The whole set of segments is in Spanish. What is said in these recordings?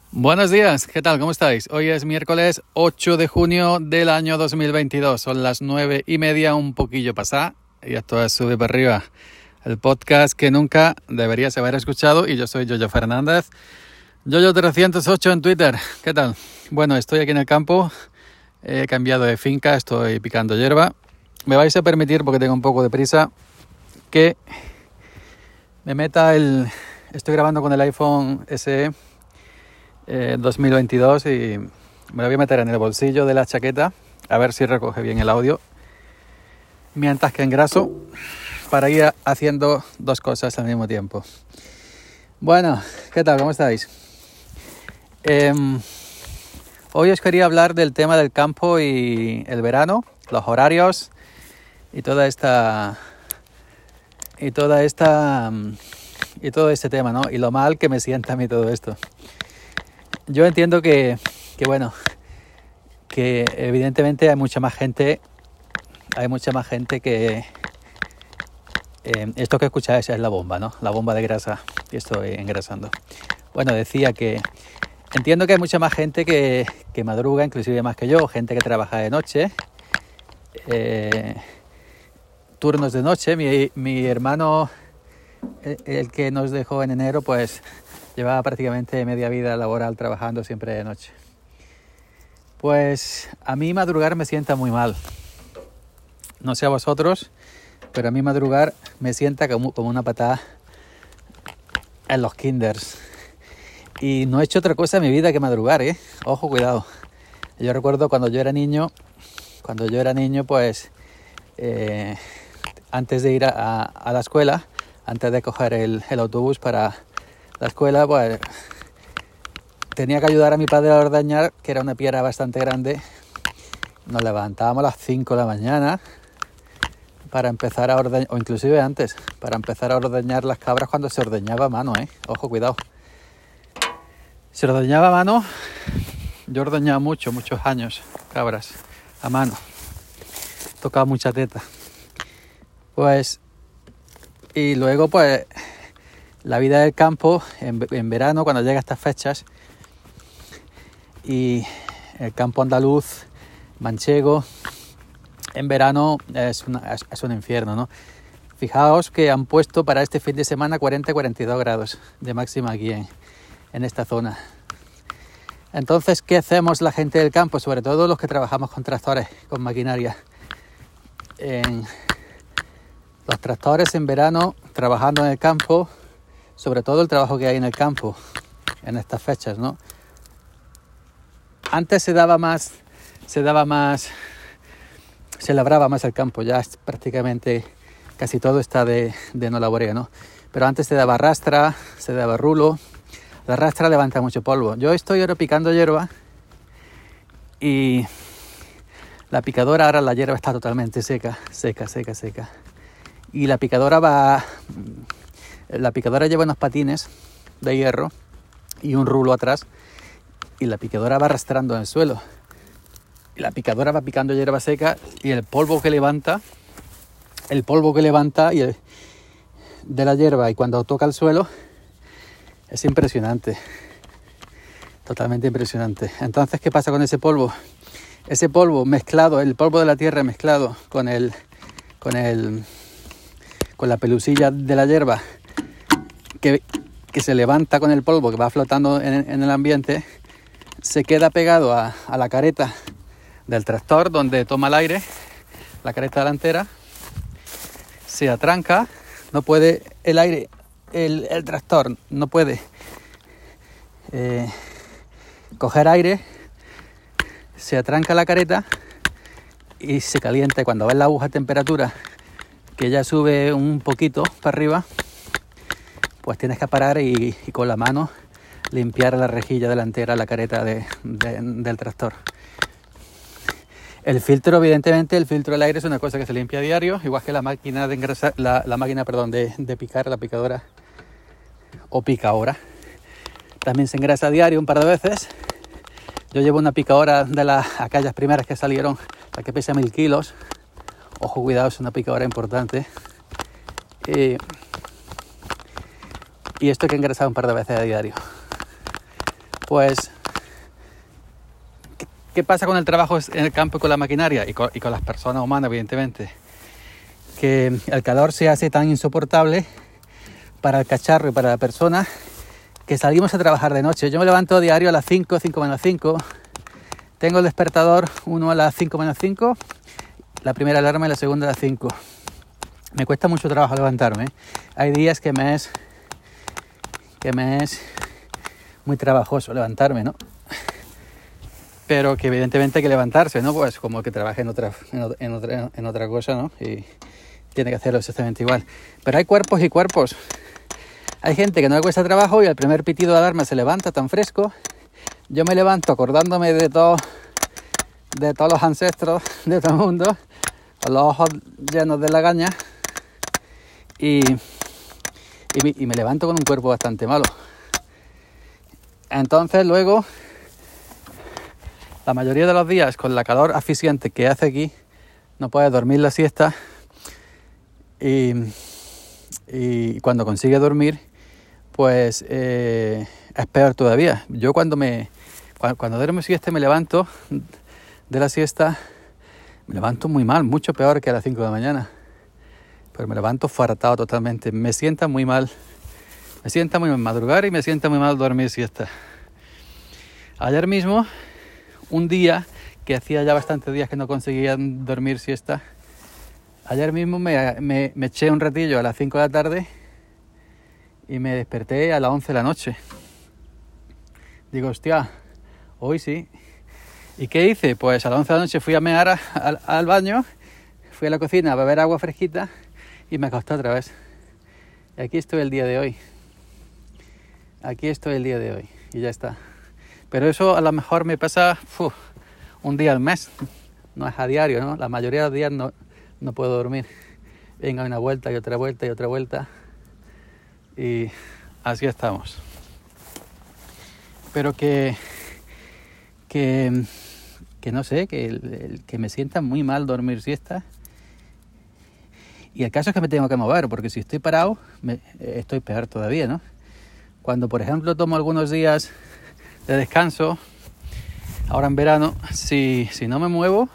Buenos días, ¿qué tal? ¿Cómo estáis? Hoy es miércoles 8 de junio del año 2022. Son las 9:30, un poquillo pasá. Y esto es Sube para Arriba, el podcast que nunca deberías haber escuchado. Y yo soy Yoyo Fernández, Yoyo308 en Twitter. ¿Qué tal? Bueno, estoy aquí en el campo. He cambiado de finca, estoy picando hierba. Me vais a permitir, porque tengo un poco de prisa, que me meta Estoy grabando con el iPhone SE 2022 y me lo voy a meter en el bolsillo de la chaqueta a ver si recoge bien el audio mientras que engraso para ir haciendo dos cosas al mismo tiempo. Bueno, ¿qué tal? ¿Cómo estáis? Hoy os quería hablar del tema del campo y el verano, los horarios y todo este tema, ¿no? Y lo mal que me sienta a mí todo esto. Yo entiendo que evidentemente hay mucha más gente que esto que escucháis es la bomba, ¿no? La bomba de grasa que estoy engrasando. Bueno, decía que entiendo que hay mucha más gente que madruga, inclusive más que yo, gente que trabaja de noche, turnos de noche. Mi hermano, el que nos dejó en enero, pues llevaba prácticamente media vida laboral trabajando siempre de noche. Pues a mí madrugar me sienta muy mal. No sé a vosotros, pero a mí madrugar me sienta como una patada en los kinders. Y no he hecho otra cosa en mi vida que madrugar, ¿eh? Ojo, cuidado. Yo recuerdo cuando yo era niño, pues antes de ir a la escuela, antes de coger el autobús para la escuela, pues tenía que ayudar a mi padre a ordeñar, que era una piedra bastante grande. Nos levantábamos a las 5 de la mañana para empezar a ordeñar, o inclusive antes, para empezar a ordeñar las cabras cuando se ordeñaba a mano, ¿eh? Ojo, cuidado. Se ordeñaba a mano. Yo ordeñaba muchos años cabras a mano. Tocaba mucha teta. Pues, y luego pues la vida del campo en verano, cuando llega a estas fechas, y el campo andaluz, manchego, en verano es un infierno, ¿no? Fijaos que han puesto para este fin de semana 40-42 grados de máxima aquí en esta zona. Entonces, ¿qué hacemos la gente del campo? Sobre todo los que trabajamos con tractores, con maquinaria. Los tractores en verano, trabajando en el campo, sobre todo el trabajo que hay en el campo en estas fechas, ¿no? Antes se labraba más el campo, ya prácticamente casi todo está de no laboreo, ¿no? Pero antes se daba rastra, se daba rulo. La rastra levanta mucho polvo. Yo estoy ahora picando hierba y la picadora, ahora la hierba está totalmente seca. Y la picadora lleva unos patines de hierro y un rulo atrás, y la picadora va arrastrando en el suelo. Y la picadora va picando hierba seca, y el polvo que levanta de la hierba y cuando toca el suelo es impresionante. Totalmente impresionante. Entonces, ¿qué pasa con ese polvo? Ese polvo mezclado, el polvo de la tierra mezclado con la pelusilla de la hierba que se levanta con el polvo que va flotando en el ambiente, se queda pegado a la careta del tractor donde toma el aire, la careta delantera, se atranca, no puede el tractor no puede coger aire, se atranca la careta y se calienta. Cuando ves la aguja a temperatura que ya sube un poquito para arriba, pues tienes que parar y con la mano limpiar la rejilla delantera, la careta del tractor. El filtro, evidentemente, el filtro del aire es una cosa que se limpia a diario, igual que la máquina de engrasar, la máquina de picar, la picadora o picadora. También se engrasa a diario un par de veces. Yo llevo una picadora de aquellas primeras que salieron, la que pesa 1000 kilos. Ojo, cuidado, es una picadora importante. Y esto hay que engrasar un par de veces a diario. Pues, ¿qué pasa con el trabajo en el campo y con la maquinaria? Y con las personas humanas, evidentemente. Que el calor se hace tan insoportable para el cacharro y para la persona que salimos a trabajar de noche. Yo me levanto a diario a las 5 menos 5. Tengo el despertador, uno a las 5 menos 5, la primera alarma y la segunda a las 5. Me cuesta mucho trabajo levantarme. Hay días que me es muy trabajoso levantarme, ¿no? Pero que evidentemente hay que levantarse, ¿no? Pues como el que trabaja en otra cosa, ¿no? Y tiene que hacerlo exactamente igual. Pero hay cuerpos y cuerpos. Hay gente que no le cuesta trabajo y al primer pitido de alarma se levanta tan fresco. Yo me levanto acordándome de todos los ancestros de todo el mundo, con los ojos llenos de lagaña, y me levanto con un cuerpo bastante malo. Entonces luego, la mayoría de los días, con la calor asfixiante que hace aquí, no puedes dormir la siesta, y cuando consigue dormir, pues es peor todavía. Yo cuando duermo siesta me levanto de la siesta, me levanto muy mal, mucho peor que a las 5 de la mañana. Pero me levanto faratado totalmente. Me sienta muy mal madrugar y me sienta muy mal dormir siesta. Ayer mismo, un día que hacía ya bastantes días que no conseguía dormir siesta, ayer mismo me eché un ratillo a las 5 de la tarde y me desperté a las 11 de la noche. Digo, hostia, hoy sí. ¿Y qué hice? Pues a las 11 de la noche fui a mear al baño, fui a la cocina a beber agua fresquita y me acosté otra vez. Y aquí estoy el día de hoy. Y ya está. Pero eso a lo mejor me pasa un día al mes. No es a diario, ¿no? La mayoría de los días no puedo dormir. Venga una vuelta y otra vuelta y otra vuelta. Y así estamos. Pero que no sé, que me sienta muy mal dormir siesta. Y el caso es que me tengo que mover, porque si estoy parado, estoy peor todavía, ¿no? Cuando, por ejemplo, tomo algunos días de descanso, ahora en verano, si no me muevo,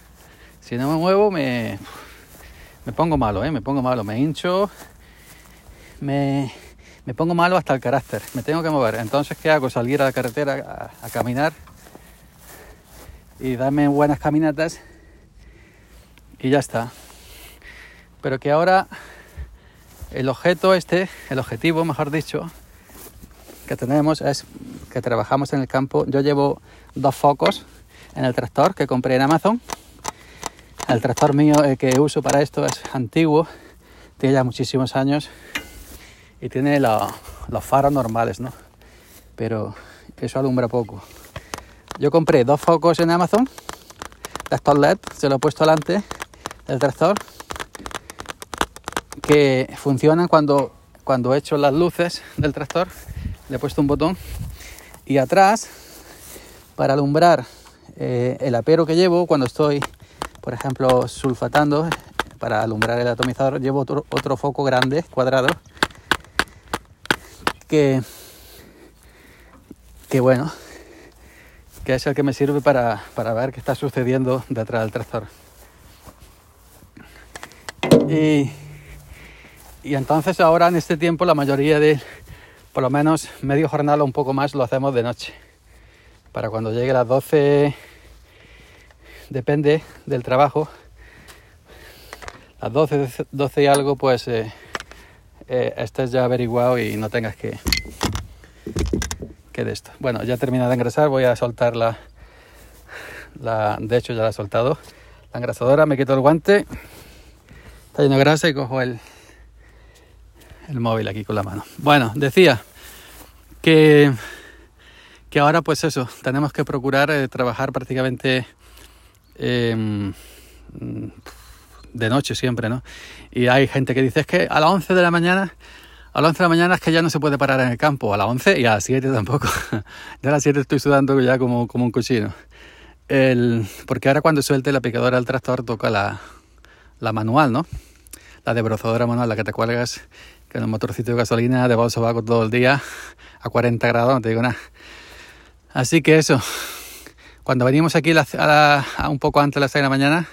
me pongo malo, me pongo malo, me hincho, me pongo malo hasta el carácter, me tengo que mover. Entonces, ¿qué hago? Salir a la carretera a caminar y darme buenas caminatas y ya está. Pero que ahora el objetivo, mejor dicho, que tenemos es que trabajamos en el campo. Yo llevo 2 focos en el tractor que compré en Amazon. El tractor mío que uso para esto es antiguo, tiene ya muchísimos años y tiene los faros normales, ¿no? Pero eso alumbra poco. Yo compré 2 focos en Amazon, de estos LED, se lo he puesto delante del tractor, que funcionan cuando he hecho las luces del tractor. Le he puesto un botón y atrás, para alumbrar el apero que llevo cuando estoy, por ejemplo, sulfatando, para alumbrar el atomizador, llevo otro foco grande, cuadrado, que bueno, que es el que me sirve para ver qué está sucediendo detrás del tractor. Y entonces ahora en este tiempo la mayoría por lo menos medio jornal o un poco más lo hacemos de noche. Para cuando llegue a las 12, depende del trabajo, las 12 y algo, pues estés ya averiguado y no tengas que de esto. Bueno, ya he terminado de engrasar, voy a soltar de hecho ya la he soltado, la engrasadora. Me quito el guante, está lleno de grasa y cojo el móvil aquí con la mano. Bueno, decía que ahora pues eso, tenemos que procurar trabajar prácticamente de noche siempre, ¿no? Y hay gente que dice, es que a las 11 de la mañana es que ya no se puede parar en el campo, a las 11 y a las 7 tampoco. Ya a las 7 estoy sudando ya como un cochino. Porque ahora cuando suelte la picadora del tractor toca la manual, ¿no? La desbrozadora manual, la que te cuelgas con el motorcito de gasolina de bolso vago todo el día a 40 grados, no te digo nada. Así que eso, cuando venimos aquí a un poco antes de las 6 de la mañana,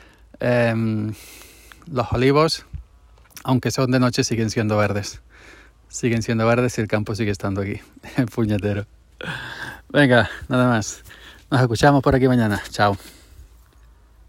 los olivos, aunque son de noche, siguen siendo verdes. Siguen siendo verdes y el campo sigue estando aquí, el puñetero. Venga, nada más. Nos escuchamos por aquí mañana. Chao.